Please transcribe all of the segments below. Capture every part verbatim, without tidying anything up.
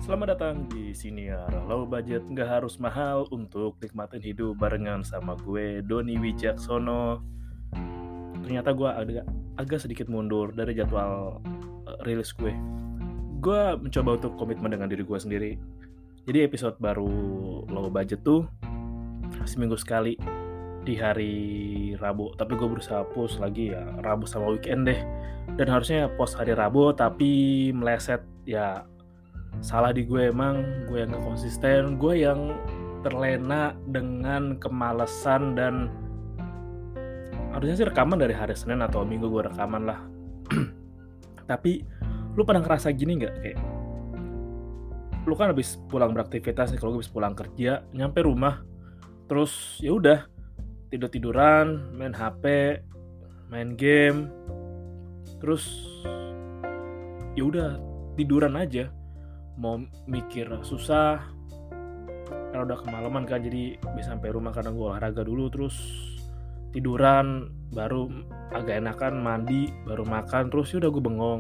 Selamat datang di Siniar Low Budget, nggak harus mahal untuk nikmatin hidup barengan sama gue, Doni Wijaksono. Ternyata gue agak, agak sedikit mundur dari jadwal uh, rilis gue. Gue mencoba untuk komitmen dengan diri gue sendiri. Jadi episode baru Low Budget tuh seminggu sekali di hari Rabu. Tapi gue berusaha post lagi ya Rabu sama weekend deh. Dan harusnya post hari Rabu tapi meleset ya. Salah di gue emang, gue yang gak konsisten, gue yang terlena dengan kemalasan dan harusnya sih rekaman dari hari Senin atau Minggu gue rekaman lah. Tapi lu pernah ngerasa gini gak? Kayak lu kan habis pulang beraktivitas nih, kalau gue habis pulang kerja, nyampe rumah, terus ya udah tidur-tiduran, main H P, main game, terus ya udah tiduran aja. Mau mikir susah karena udah kemalaman kan, jadi bisa sampai rumah karena gue olahraga dulu, terus tiduran, baru agak enakan mandi, baru makan, terus udah gue bengong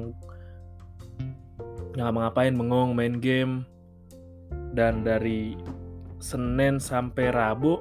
nggak ngapain, bengong main game. Dan dari Senin sampai Rabu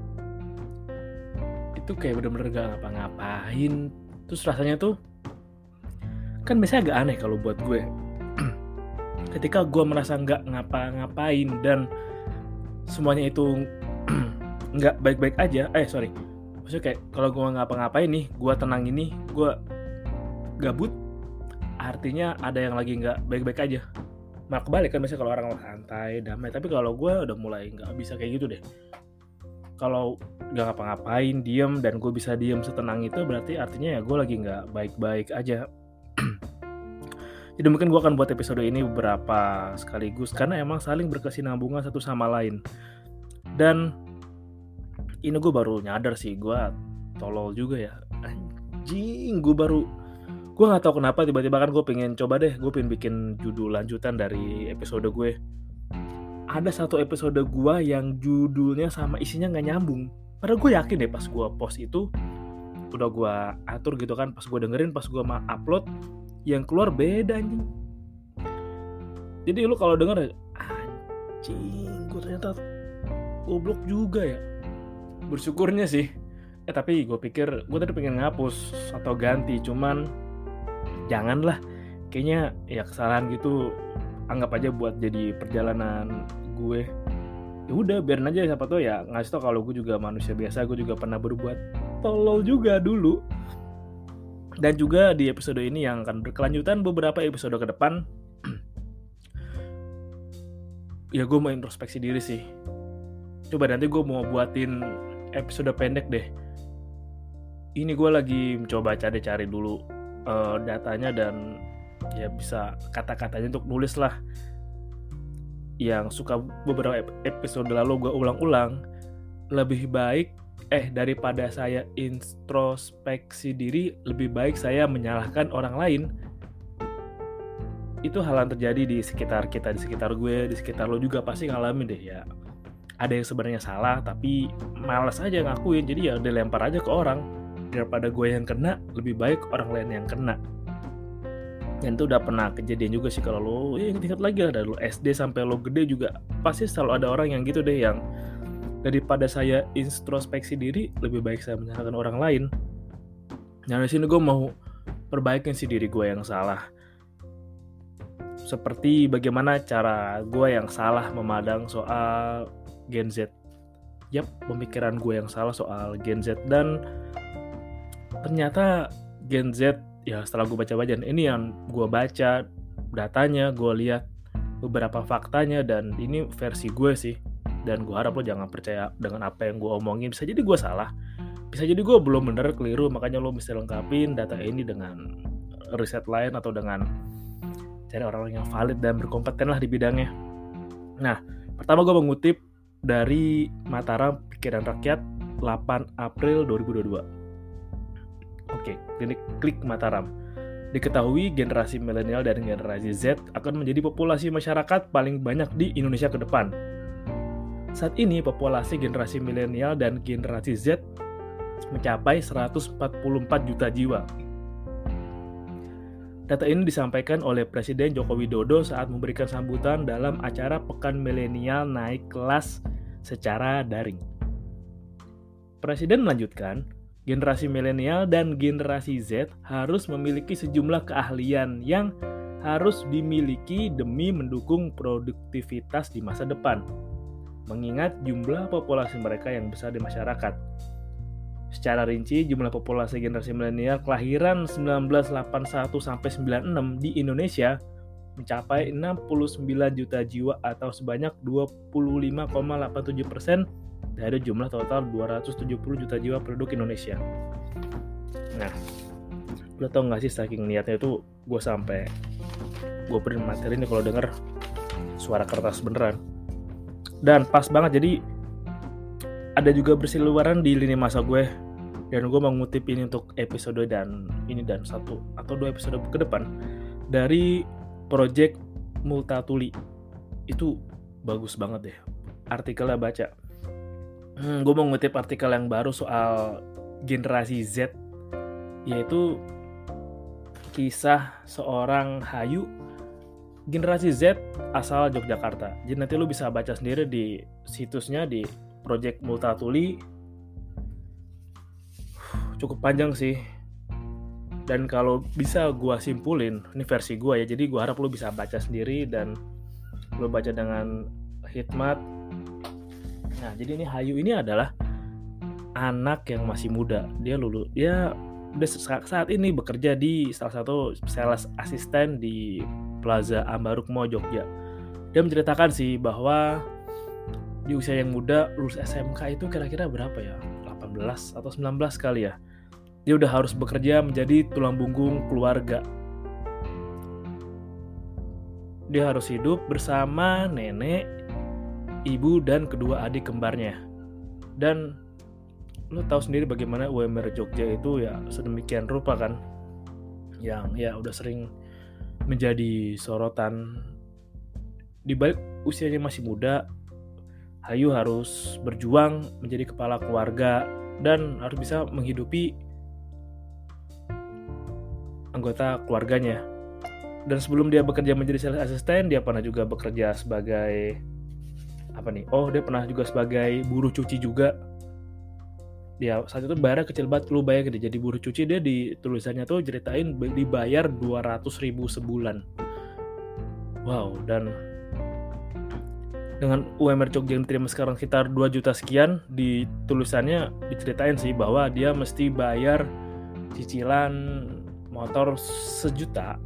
itu kayak bener-bener gak ngapa-ngapain. Terus rasanya tuh kan biasanya agak aneh kalau buat gue ketika gue merasa nggak ngapa-ngapain dan semuanya itu nggak baik-baik aja, eh sorry, maksudnya kayak kalau gue nggak ngapa-ngapain nih, gue tenang ini, gue gabut, artinya ada yang lagi nggak baik-baik aja. Malah kebalik kan, biasanya kalau orang santai, damai. Tapi kalau gue udah mulai nggak bisa kayak gitu deh. Kalau nggak ngapa-ngapain, diem, dan gue bisa diem setenang itu, berarti artinya ya gue lagi nggak baik-baik aja. Jadi mungkin gue akan buat episode ini beberapa sekaligus karena emang saling berkesinambungan satu sama lain. Dan ini gue baru nyadar sih, gue tolol juga ya. Anjing, gue baru gue gak tahu kenapa tiba-tiba kan gue pengen coba deh, gue pengen bikin judul lanjutan dari episode gue. Ada satu episode gue yang judulnya sama isinya gak nyambung. Padahal gue yakin deh pas gue post itu udah gue atur gitu kan, pas gue dengerin, pas gue upload, yang keluar beda anjing. Jadi lu kalau denger anjing, gue ternyata goblok juga ya. Bersyukurnya sih. Eh tapi gue pikir gue tadi pengen ngapus atau ganti, cuman janganlah. Kayaknya ya kesalahan gitu anggap aja buat jadi perjalanan gue. Ya udah biarin aja, siapa tahu ya ngasih tau kalau gue juga manusia biasa, gue juga pernah berbuat tolol juga dulu. Dan juga di episode ini yang akan berkelanjutan beberapa episode ke depan, ya gue mau introspeksi diri sih. Coba nanti gue mau buatin episode pendek deh. Ini gue lagi mencoba cari-cari dulu uh, datanya dan ya bisa kata-katanya untuk nulis lah. Yang suka beberapa episode lalu gue ulang-ulang, lebih baik Eh daripada saya introspeksi diri, lebih baik saya menyalahkan orang lain. Itu hal yang terjadi di sekitar kita, di sekitar gue, di sekitar lo juga pasti ngalamin deh ya. Ada yang sebenarnya salah tapi malas aja ngakuin, jadi ya udah lempar aja ke orang. Daripada gue yang kena, lebih baik orang lain yang kena. Dan itu udah pernah kejadian juga sih kalau lo, ya ingat lagi lah dari lo S D sampai lo gede juga pasti selalu ada orang yang gitu deh, yang daripada saya introspeksi diri, lebih baik saya menyalahkan orang lain. Nah di sini gue mau perbaikin si diri gue yang salah. Seperti bagaimana cara gue yang salah memandang soal Gen Z. Yap, pemikiran gue yang salah soal Gen Z. Dan ternyata Gen Z, ya setelah gue baca-baca, ini yang gue baca datanya, gue lihat beberapa faktanya, dan ini versi gue sih. Dan gue harap lo jangan percaya dengan apa yang gue omongin. Bisa jadi gue salah, bisa jadi gue belum bener, keliru. Makanya lo mesti lengkapin data ini dengan riset lain atau dengan cari orang-orang yang valid dan berkompeten lah di bidangnya. Nah, pertama gue mengutip dari Mataram Pikiran Rakyat delapan April dua ribu dua puluh dua. Oke, ini klik Mataram. Diketahui generasi milenial dan generasi Z akan menjadi populasi masyarakat paling banyak di Indonesia ke depan. Saat ini populasi generasi milenial dan generasi Z mencapai seratus empat puluh empat juta jiwa. Data ini disampaikan oleh Presiden Joko Widodo saat memberikan sambutan dalam acara Pekan Milenial Naik Kelas secara daring. Presiden melanjutkan, generasi milenial dan generasi Z harus memiliki sejumlah keahlian yang harus dimiliki demi mendukung produktivitas di masa depan, mengingat jumlah populasi mereka yang besar di masyarakat. Secara rinci, jumlah populasi generasi milenial kelahiran seribu sembilan ratus delapan puluh satu sampai sembilan puluh enam di Indonesia mencapai enam puluh sembilan juta jiwa atau sebanyak dua puluh lima koma delapan tujuh persen dari jumlah total dua ratus tujuh puluh juta jiwa penduduk Indonesia. Nah, lo tau gak sih saking niatnya itu gue sampai gue print materi ini kalau denger suara kertas beneran. Dan pas banget, jadi ada juga berseliweran di lini masa gue, dan gue mau ngutip ini untuk episode dan ini dan satu atau dua episode ke depan dari Project Multatuli. Itu bagus banget deh artikelnya, baca. Hmm, gue mau ngutip artikel yang baru soal generasi Z, yaitu kisah seorang Hayu generasi Z asal Yogyakarta. Jadi nanti lu bisa baca sendiri di situsnya di Project Multatuli. Cukup panjang sih. Dan kalau bisa gue simpulin, ini versi gue ya, jadi gue harap lu bisa baca sendiri dan lu baca dengan hikmat. Nah, jadi ini Hayu ini adalah anak yang masih muda. Dia lulus, dia udah saat ini bekerja di salah satu sales asisten di Plaza Ambarukmo, Jogja. Dia menceritakan sih bahwa di usia yang muda, lulus S M K itu kira-kira berapa ya? delapan belas atau sembilan belas kali ya. Dia udah harus bekerja menjadi tulang punggung keluarga. Dia harus hidup bersama nenek, ibu, dan kedua adik kembarnya. Dan lo tahu sendiri bagaimana U M R Jogja itu ya sedemikian rupa kan, yang ya udah sering menjadi sorotan. Di balik usianya masih muda, Hayu harus berjuang menjadi kepala keluarga dan harus bisa menghidupi anggota keluarganya. Dan sebelum dia bekerja menjadi sales assistant, dia pernah juga bekerja sebagai apa nih? Oh, dia pernah juga sebagai buruh cuci juga. Dia saat itu bayarnya kecil banget, lu bayangin deh, jadi buruh cuci dia di tulisannya tuh ceritain dibayar dua ratus ribu sebulan. Wow, dan dengan U M R Jogja yang diterima sekarang sekitar dua juta sekian, di tulisannya diceritain sih bahwa dia mesti bayar cicilan motor sejuta,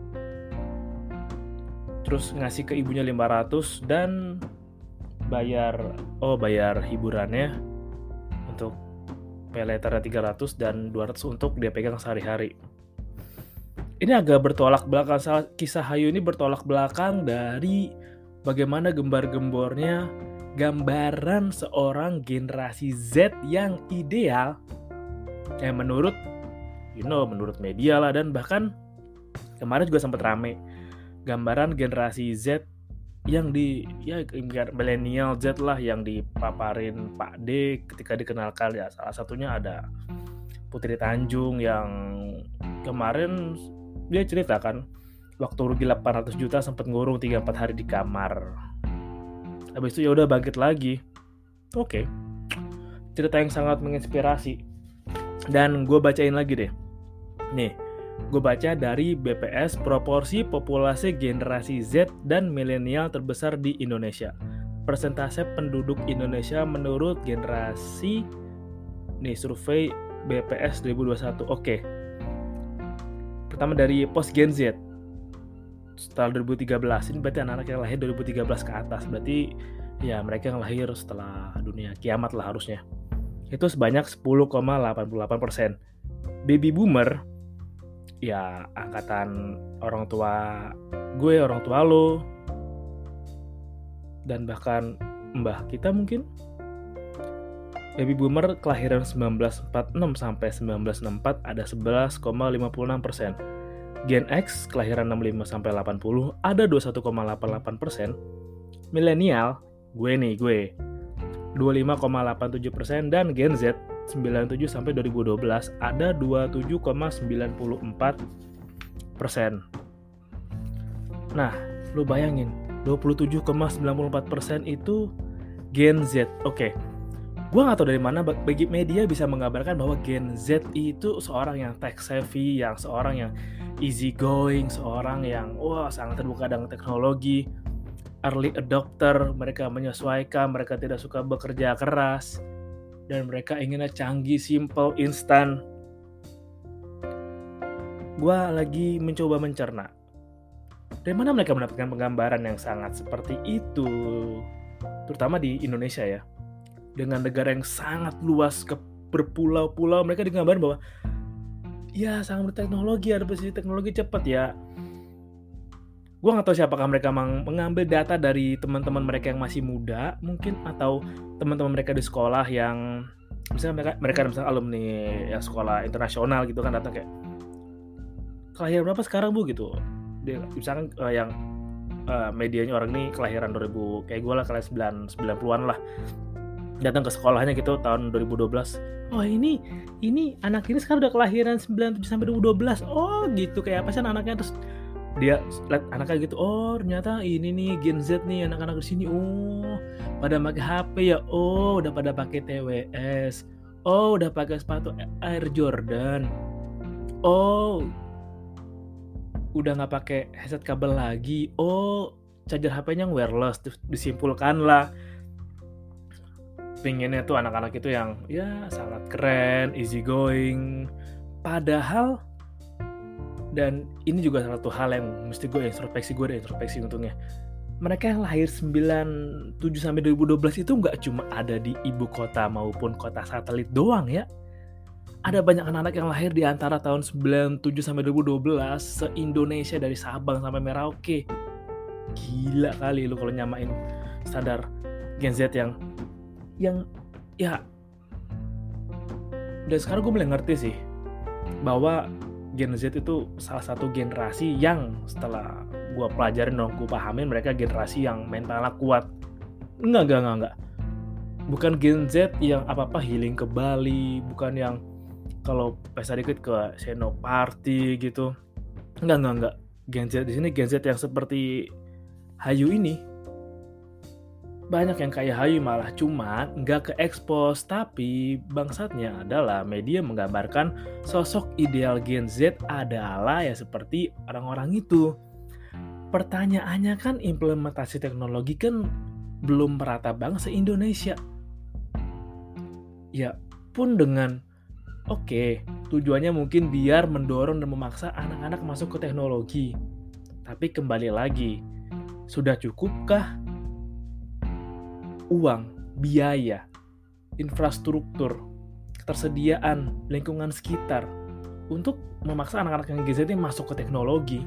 terus ngasih ke ibunya lima ratus, dan bayar oh bayar hiburannya untuk pay letternya tiga ratus dan dua ratus untuk dia pegang sehari-hari. Ini agak bertolak belakang, kisah Hayu ini bertolak belakang dari bagaimana gembar-gembornya gambaran seorang generasi Z yang ideal, yang menurut you know, menurut media lah, dan bahkan kemarin juga sempat rame gambaran generasi Z yang di ya milenial Z lah yang dipaparin Pak D ketika dikenalkan ya. Salah satunya ada Putri Tanjung yang kemarin dia ceritakan waktu rugi delapan ratus juta sempat ngurung tiga sampai empat hari di kamar. Habis itu ya udah bangkit lagi. Oke. Cerita yang sangat menginspirasi. Dan gue bacain lagi deh. Nih, gue baca dari B P S, proporsi populasi generasi Z dan milenial terbesar di Indonesia. Persentase penduduk Indonesia menurut generasi, nih survei B P S dua ribu dua puluh satu. Oke. Pertama dari post Gen Z. Setelah dua ribu tiga belas, ini berarti anak-anak yang lahir dua ribu tiga belas ke atas. Berarti ya mereka yang lahir setelah dunia kiamat lah harusnya. Itu sebanyak sepuluh koma delapan puluh delapan persen. Baby boomer, ya angkatan orang tua gue, orang tua lo, dan bahkan mbah kita mungkin. Baby boomer kelahiran seribu sembilan ratus empat puluh enam sampai seribu sembilan ratus enam puluh empat ada sebelas koma lima puluh enam persen. Gen X kelahiran enam puluh lima sampai delapan puluh ada dua puluh satu koma delapan puluh delapan persen. Milenial, gue nih gue, dua puluh lima koma delapan tujuh persen, dan Gen Z sembilan puluh tujuh sampai dua ribu dua belas ada dua puluh tujuh koma sembilan empat persen. Nah, lu bayangin, dua puluh tujuh koma sembilan puluh empat persen itu Gen Z. Oke, gue gak tahu dari mana bagi media bisa menggambarkan bahwa Gen Z itu seorang yang tech savvy, yang seorang yang easy going, seorang yang wah sangat terbuka dengan teknologi, early adopter, mereka menyesuaikan, mereka tidak suka bekerja keras, dan mereka inginnya canggih, simple, instan. Gue lagi mencoba mencerna dari mana mereka mendapatkan penggambaran yang sangat seperti itu, terutama di Indonesia ya, dengan negara yang sangat luas ke berpulau-pulau. Mereka digambarin bahwa ya sangat berteknologi, ada posisi teknologi cepat ya. Gue gak tahu siapakah mereka mengambil data dari teman-teman mereka yang masih muda mungkin, atau teman-teman mereka di sekolah yang misalnya mereka, mereka misalnya alumni ya sekolah internasional gitu kan, datang kayak kelahiran berapa sekarang bu gitu. Dia misalkan uh, yang uh, medianya orang ini kelahiran dua ribu, kayak gue lah kelahiran sembilan puluhan lah, datang ke sekolahnya gitu tahun dua ribu dua belas. Oh ini ini anak ini sekarang udah kelahiran sembilan puluh tujuh sampai dua ribu dua belas. Oh gitu, kayak apa sih anaknya? Terus dia lihat anaknya gitu, oh ternyata ini nih Gen Z nih anak-anak di sini. Oh pada pakai H P ya. Oh udah pada pakai T W S. Oh udah pakai sepatu Air Jordan. Oh udah nggak pakai headset kabel lagi. Oh charger H P-nya wireless. Disimpulkan lah pinginnya tuh anak-anak itu yang ya sangat keren, easy going. Padahal, dan ini juga salah satu hal yang mesti gue introspeksi, gue ada introspeksi untungnya, mereka yang lahir sembilan puluh tujuh sampai dua ribu dua belas itu nggak cuma ada di ibu kota maupun kota satelit doang ya. Ada banyak anak-anak yang lahir di antara tahun sembilan puluh tujuh sampai dua ribu dua belas se-Indonesia, dari Sabang sampai Merauke. Gila kali lu kalau nyamain standar Gen Z yang yang ya. Dan sekarang gue mulai ngerti sih bahwa Gen Z itu salah satu generasi yang setelah gue pelajarin dan gue pahamin, mereka generasi yang mentalnya kuat. Enggak, enggak, enggak, enggak. Bukan Gen Z yang apa-apa healing ke Bali, bukan yang kalau pesta dikit ke Seno Party gitu. Enggak, enggak, enggak. Gen Z di sini Gen Z yang seperti Hayu ini. Banyak yang kayak Hayu malah cuma nggak ke-expose, tapi bangsatnya adalah media menggambarkan sosok ideal Gen Z adalah ya seperti orang-orang itu. Pertanyaannya kan implementasi teknologi kan belum merata banget se-Indonesia. Ya pun dengan oke, okay, tujuannya mungkin biar mendorong dan memaksa anak-anak masuk ke teknologi. Tapi kembali lagi, sudah cukupkah uang, biaya, infrastruktur, ketersediaan, lingkungan sekitar untuk memaksa anak-anak yang Gen Z ini masuk ke teknologi?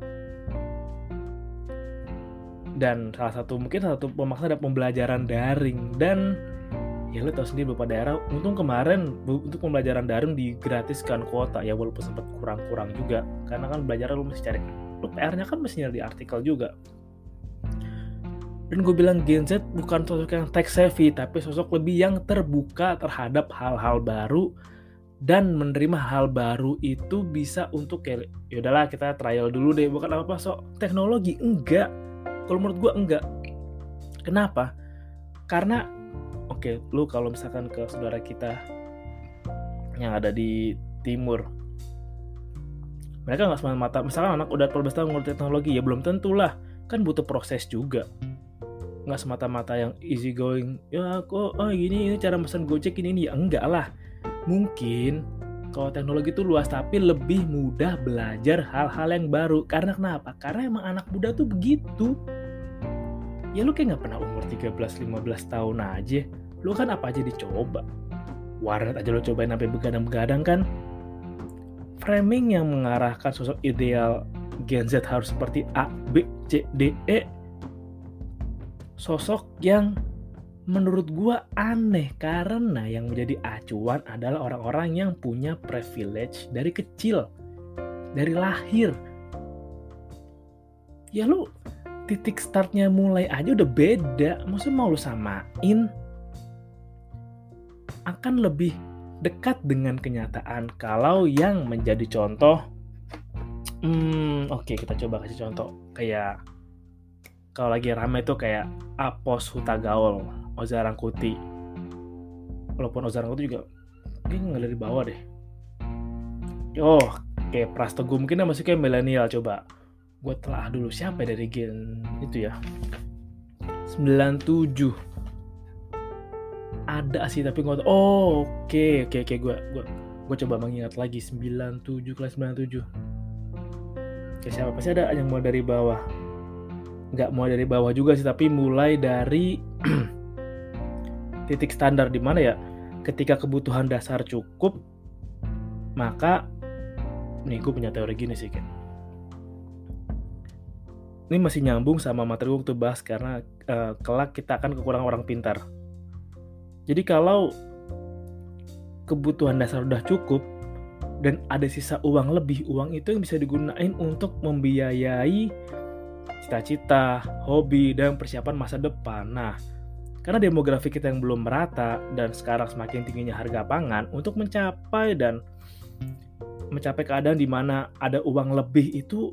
Dan salah satu mungkin salah satu pemaksa adalah pembelajaran daring. Dan ya lo tau sendiri beberapa daerah, untung kemarin untuk pembelajaran daring digratiskan kuota ya, walaupun sempat kurang-kurang juga karena kan belajar lo mesti cari, lo P R-nya kan mesti nyari di artikel juga. Dan gue bilang Gen Z bukan sosok yang tech savvy, tapi sosok lebih yang terbuka terhadap hal-hal baru dan menerima hal baru itu bisa untuk kayak yaudahlah kita trial dulu deh, bukan apa-apa sok teknologi. Enggak, kalau menurut gue enggak. Kenapa? Karena oke, okay, lu kalau misalkan ke saudara kita yang ada di timur, mereka nggak semata-mata misalkan anak udah dua belas tahun ngerti teknologi, ya belum tentulah, kan butuh proses juga. Nggak semata-mata yang easy going, ya kok oh gini ini cara pesan Gojek ini, ini ya enggak lah. Mungkin kalau teknologi itu luas, tapi lebih mudah belajar hal-hal yang baru. Karena kenapa? Karena emang anak muda tuh begitu. Ya lu kayak nggak pernah umur tiga belas lima belas tahun aja, lu kan apa aja dicoba. Warnet aja lu cobain sampai begadang-begadang kan. Framing yang mengarahkan sosok ideal Gen Z harus seperti A, B, C, D, E, sosok yang menurut gua aneh, karena yang menjadi acuan adalah orang-orang yang punya privilege dari kecil, dari lahir. Ya lu titik startnya mulai aja udah beda, maksudnya mau lu samain akan lebih dekat dengan kenyataan kalau yang menjadi contoh Hmm, oke, kita coba kasih contoh. Kayak kalau lagi rame tuh kayak Apos Hutagaol, Oza Rangkuti. Walaupun Oza Rangkuti juga dia nggak dari bawah deh. Oh, kayak Pras Teguh mungkin masih kayak milenial. Coba gue telah dulu siapa dari gen itu ya. sembilan tujuh ada sih tapi gue oh oke okay, oke okay, oke okay. gue gue gue coba mengingat lagi sembilan tujuh kelas sembilan tujuh. Oke, siapa pasti ada yang mulai dari bawah. Nggak mulai dari bawah juga sih, tapi mulai dari titik standar di mana ya ketika kebutuhan dasar cukup, maka nih gue punya teori gini sih kan. Ini masih nyambung sama materi gue waktu bahas karena uh, kelak kita akan kekurangan orang pintar. Jadi kalau kebutuhan dasar udah cukup dan ada sisa uang lebih, uang itu yang bisa digunain untuk membiayai cita-cita, hobi, dan persiapan masa depan. Nah, karena demografi kita yang belum merata dan sekarang semakin tingginya harga pangan, untuk mencapai dan mencapai keadaan di mana ada uang lebih itu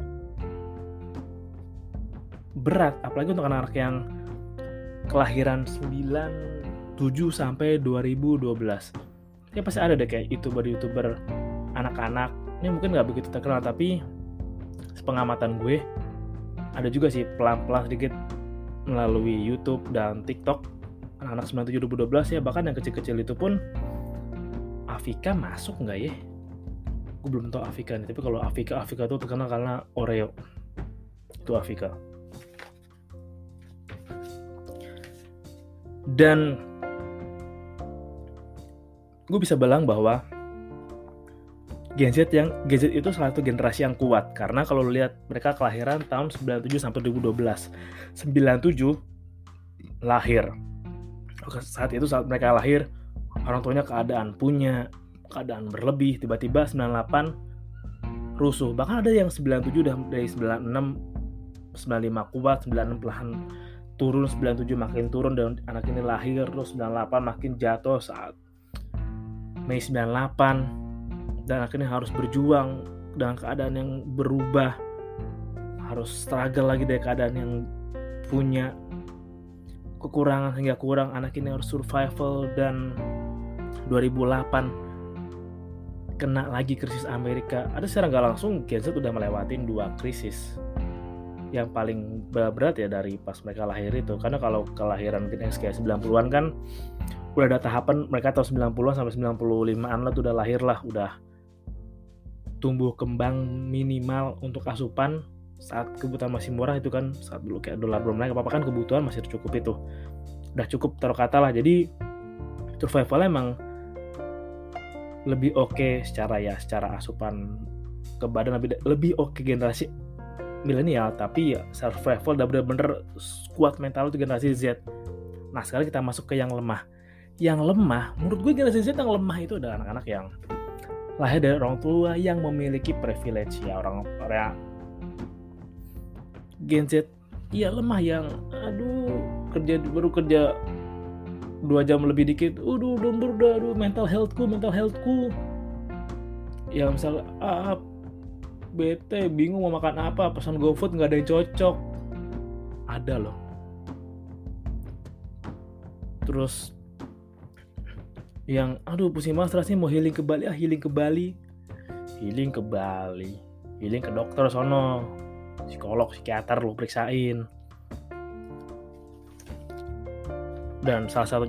berat, apalagi untuk anak-anak yang kelahiran sembilan tujuh sampai dua ribu dua belas. Ya pasti ada deh kayak YouTuber-YouTuber anak-anak. Ini mungkin nggak begitu terkenal, tapi sepengamatan gue ada juga sih pelan-pelan sedikit melalui YouTube dan TikTok anak-anak sembilan tujuh dua ribu dua belas ya, bahkan yang kecil-kecil itu pun. Afika masuk nggak ya? Gue belum tahu Afika nih, tapi kalau Afika Afika tuh terkenal karena Oreo. Itu Afika. Dan gue bisa bilang bahwa Gen Z yang Gen Z itu salah satu generasi yang kuat, karena kalau lu lihat mereka kelahiran tahun sembilan tujuh sampai dua ribu dua belas. sembilan tujuh lahir. Saat itu saat mereka lahir, orang tuanya keadaan punya, keadaan berlebih, tiba-tiba sembilan delapan rusuh. Bahkan ada yang sembilan tujuh udah dari sembilan enam, sembilan lima kuat, sembilan enam perlahan turun, sembilan tujuh makin turun, dan anak ini lahir, terus sembilan delapan makin jatuh saat Mei sembilan delapan, dan akhirnya harus berjuang dengan keadaan yang berubah, harus struggle lagi dari keadaan yang punya kekurangan hingga kurang, anak ini harus survival. Dan dua ribu delapan kena lagi krisis Amerika. Ada secara nggak langsung Gen Z udah melewatin dua krisis yang paling berat ya dari pas mereka lahir itu. Karena kalau kelahiran Gen X kayak sembilan puluhan kan udah ada tahapan, mereka tahun sembilan puluhan sampai sembilan puluh limaan lah tuh udah lahir lah, udah tumbuh kembang minimal untuk asupan saat kebutuhan masih murah itu kan, saat dulu kayak dolar belum naik apa-apa kan kebutuhan masih tercukup itu. Udah cukup taruh kata lah, jadi survival emang lebih oke okay secara ya, secara asupan ke badan lebih lebih oke okay generasi milenial, tapi ya survival udah bener-bener kuat mental itu generasi Z. Nah sekarang kita masuk ke yang lemah. Yang lemah, menurut gue generasi Z yang lemah itu adalah anak-anak yang lahir dari orang tua yang memiliki privilege ya, orang orang Gen Z iya lemah yang aduh kerja baru kerja dua jam lebih dikit, aduh udah udah aduh mental healthku mental healthku ya, misalnya ah bete bingung mau makan apa, pesan GoFood nggak ada yang cocok, ada loh. Terus yang aduh pusing banget rasanya mau healing ke Bali, ah healing ke Bali healing ke Bali healing ke dokter sono, psikolog, psikiater lu periksain. Dan salah satu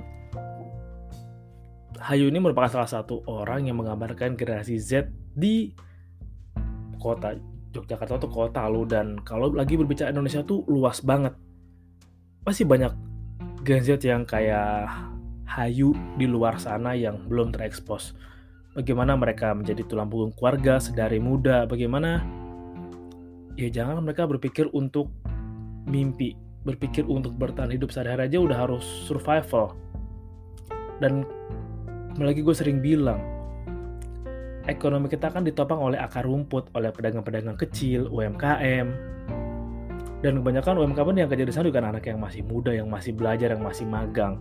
Hayu ini merupakan salah satu orang yang menggambarkan generasi Z di kota Yogyakarta tuh kota lu, dan kalau lagi berbicara Indonesia tuh luas banget. Pasti banyak Gen Z yang kayak Hayu di luar sana yang belum terekspos. Bagaimana mereka menjadi tulang punggung keluarga sedari muda, bagaimana ya jangan mereka berpikir untuk mimpi, berpikir untuk bertahan hidup sehari-hari aja udah harus survival. Dan lagi gue sering bilang, ekonomi kita kan ditopang oleh akar rumput, oleh pedagang-pedagang kecil, U M K M. Dan kebanyakan U M K M yang kerja di sana juga anak yang masih muda, yang masih belajar, yang masih magang.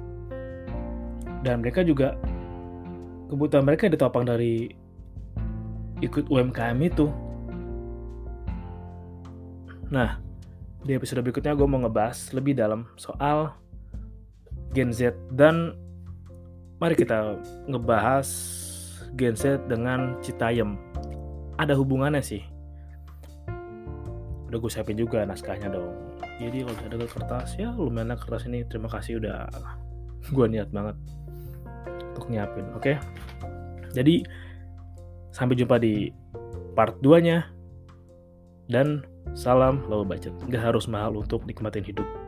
Dan mereka juga kebutuhan mereka ditopang dari ikut U M K M itu. Nah, di episode berikutnya gue mau ngebahas lebih dalam soal Gen Z, dan mari kita ngebahas Gen Z dengan Citayam. Ada hubungannya sih. Udah gue siapin juga naskahnya dong. Jadi kalau ada kertas, ya lumayan kertas ini. Terima kasih udah gue niat banget untuk nyiapin. Oke. Jadi sampai jumpa di part dua-nya. Dan salam low budget. Gak harus mahal untuk nikmatin hidup.